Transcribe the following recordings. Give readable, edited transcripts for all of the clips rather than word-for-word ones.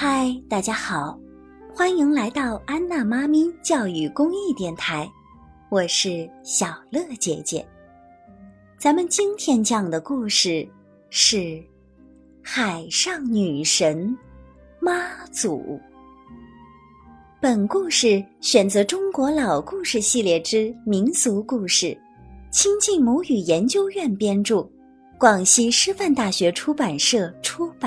嗨，大家好，欢迎来到安娜妈咪教育公益电台，我是小乐姐姐。咱们今天讲的故事是海上女神妈祖。本故事选择中国老故事系列之民俗故事，亲近母语研究院编著，广西师范大学出版社出版。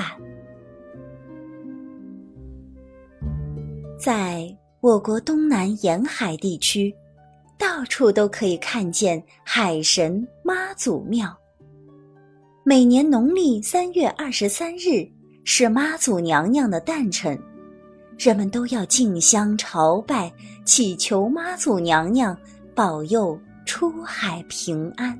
在我国东南沿海地区，到处都可以看见海神妈祖庙。每年农历3月23日是妈祖娘娘的诞辰，人们都要进香朝拜，祈求妈祖娘娘保佑出海平安。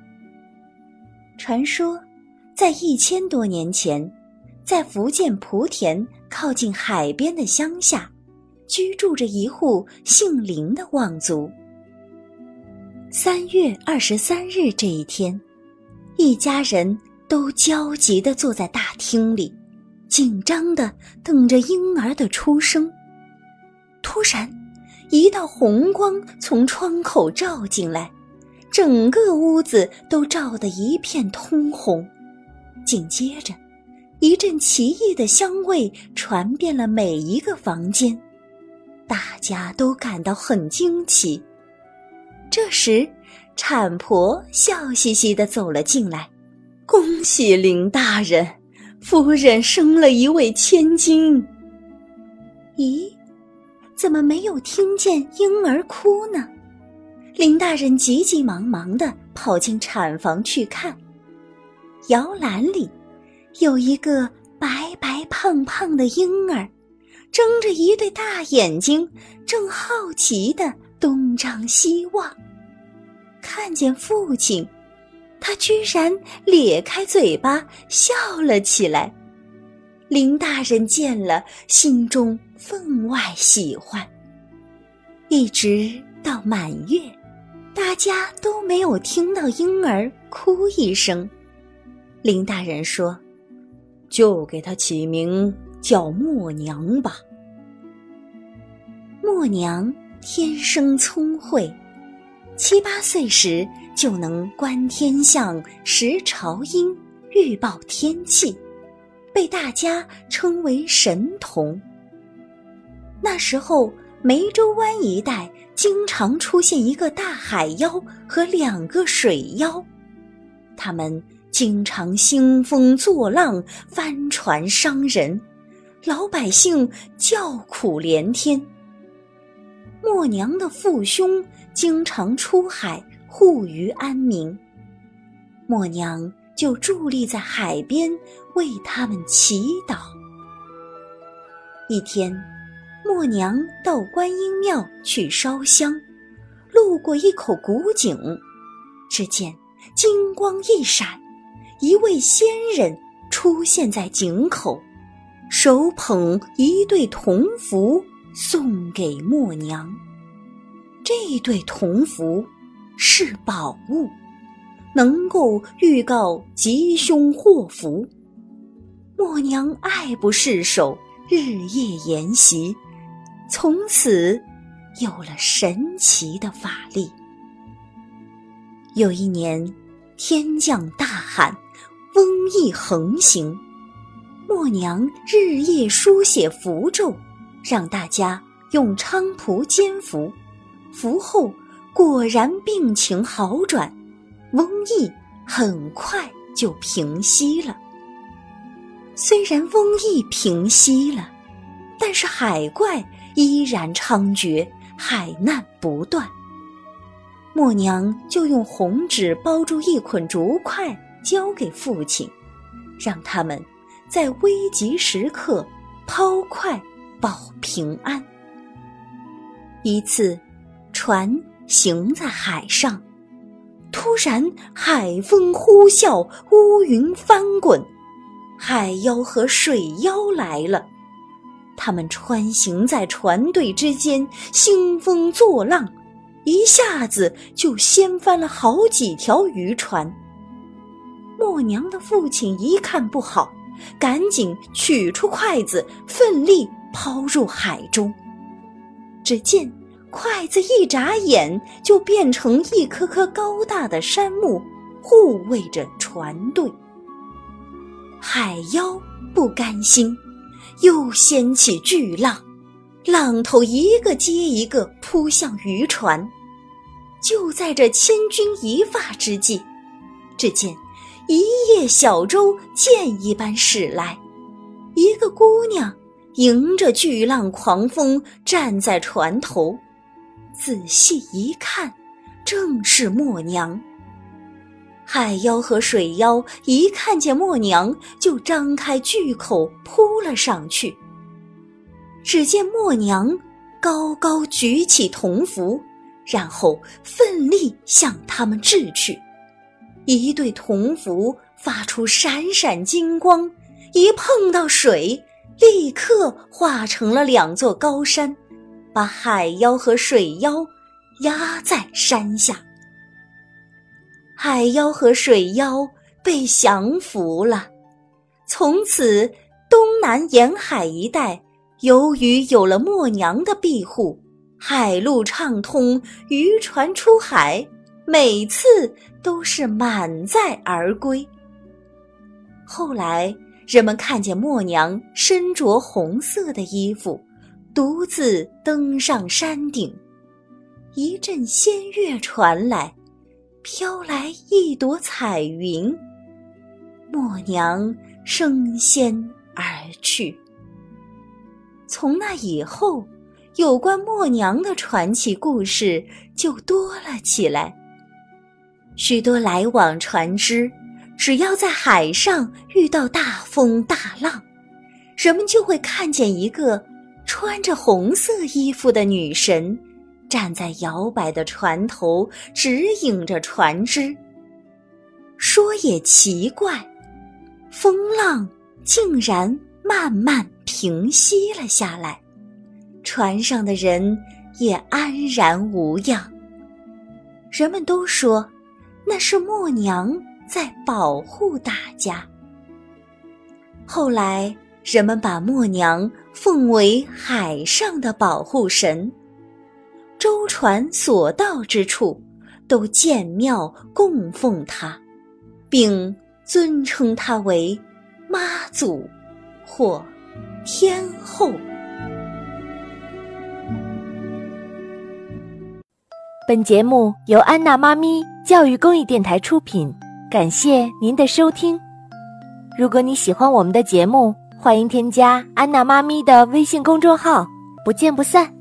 传说，在1000多年前，在福建莆田靠近海边的乡下，居住着一户姓林的望族。3月23日这一天，一家人都焦急地坐在大厅里，紧张地等着婴儿的出生。突然，一道红光从窗口照进来，整个屋子都照得一片通红。紧接着，一阵奇异的香味传遍了每一个房间，大家都感到很惊奇。这时，产婆笑嘻嘻地走了进来，恭喜林大人，夫人生了一位千金。咦，怎么没有听见婴儿哭呢？林大人急急忙忙地跑进产房去看，摇篮里有一个白白胖胖的婴儿，睁着一对大眼睛，正好奇地东张西望。看见父亲，他居然咧开嘴巴笑了起来。林大人见了，心中分外喜欢。一直到满月，大家都没有听到婴儿哭一声。林大人说，就给他起名叫默娘吧。默娘天生聪慧，7、8岁时就能观天象、识潮音、预报天气，被大家称为神童。那时候，湄洲湾一带经常出现一个大海妖和2个水妖，他们经常兴风作浪，翻船伤人，老百姓叫苦连天。默娘的父兄经常出海护渔安民，默娘就伫立在海边为他们祈祷。一天，默娘到观音庙去烧香，路过一口古井，只见金光一闪，一位仙人出现在井口，手捧一对铜符送给默娘。这对铜符是宝物，能够预告吉凶祸福。默娘爱不释手，日夜研习，从此有了神奇的法力。有一年，天降大旱，瘟疫横行，默娘日夜书写符咒，让大家用菖蒲煎服，服后果然病情好转，瘟疫很快就平息了。虽然瘟疫平息了，但是海怪依然猖獗，海难不断。默娘就用红纸包住一捆竹块交给父亲，让他们在危急时刻抛块保平安。一次，船行在海上，突然海风呼啸，乌云翻滚，海妖和水妖来了。他们穿行在船队之间，兴风作浪，一下子就掀翻了好几条渔船。默娘的父亲一看不好， 赶紧取出筷子，奋力抛入海中。只见筷子一眨眼就变成一棵棵高大的杉木，护卫着船队。海妖不甘心，又掀起巨浪，浪头一个接一个扑向渔船。就在这千钧一发之际，只见一叶小舟箭一般驶来，一个姑娘迎着巨浪狂风站在船头，仔细一看，正是默娘。海妖和水妖一看见默娘，就张开巨口扑了上去。只见默娘高高举起铜符，然后奋力向他们掷去。一对铜符发出闪闪金光，一碰到水，立刻化成了2座高山，把海妖和水妖压在山下。海妖和水妖被降服了。从此东南沿海一带，由于有了默娘的庇护，海路畅通，渔船出海，每次都是满载而归。后来人们看见默娘身着红色的衣服，独自登上山顶，一阵仙乐传来，飘来一朵彩云，默娘升仙而去。从那以后，有关默娘的传奇故事就多了起来。许多来往船只，只要在海上遇到大风大浪，人们就会看见一个穿着红色衣服的女神站在摇摆的船头，指引着船只。说也奇怪，风浪竟然慢慢平息了下来，船上的人也安然无恙。人们都说那是默娘在保护大家。后来人们把默娘奉为海上的保护神，舟船所到之处都建庙供奉她，并尊称她为妈祖或天后。 本节目由安娜妈咪教育公益电台出品，感谢您的收听。如果你喜欢我们的节目，欢迎添加安娜妈咪的微信公众号，不见不散。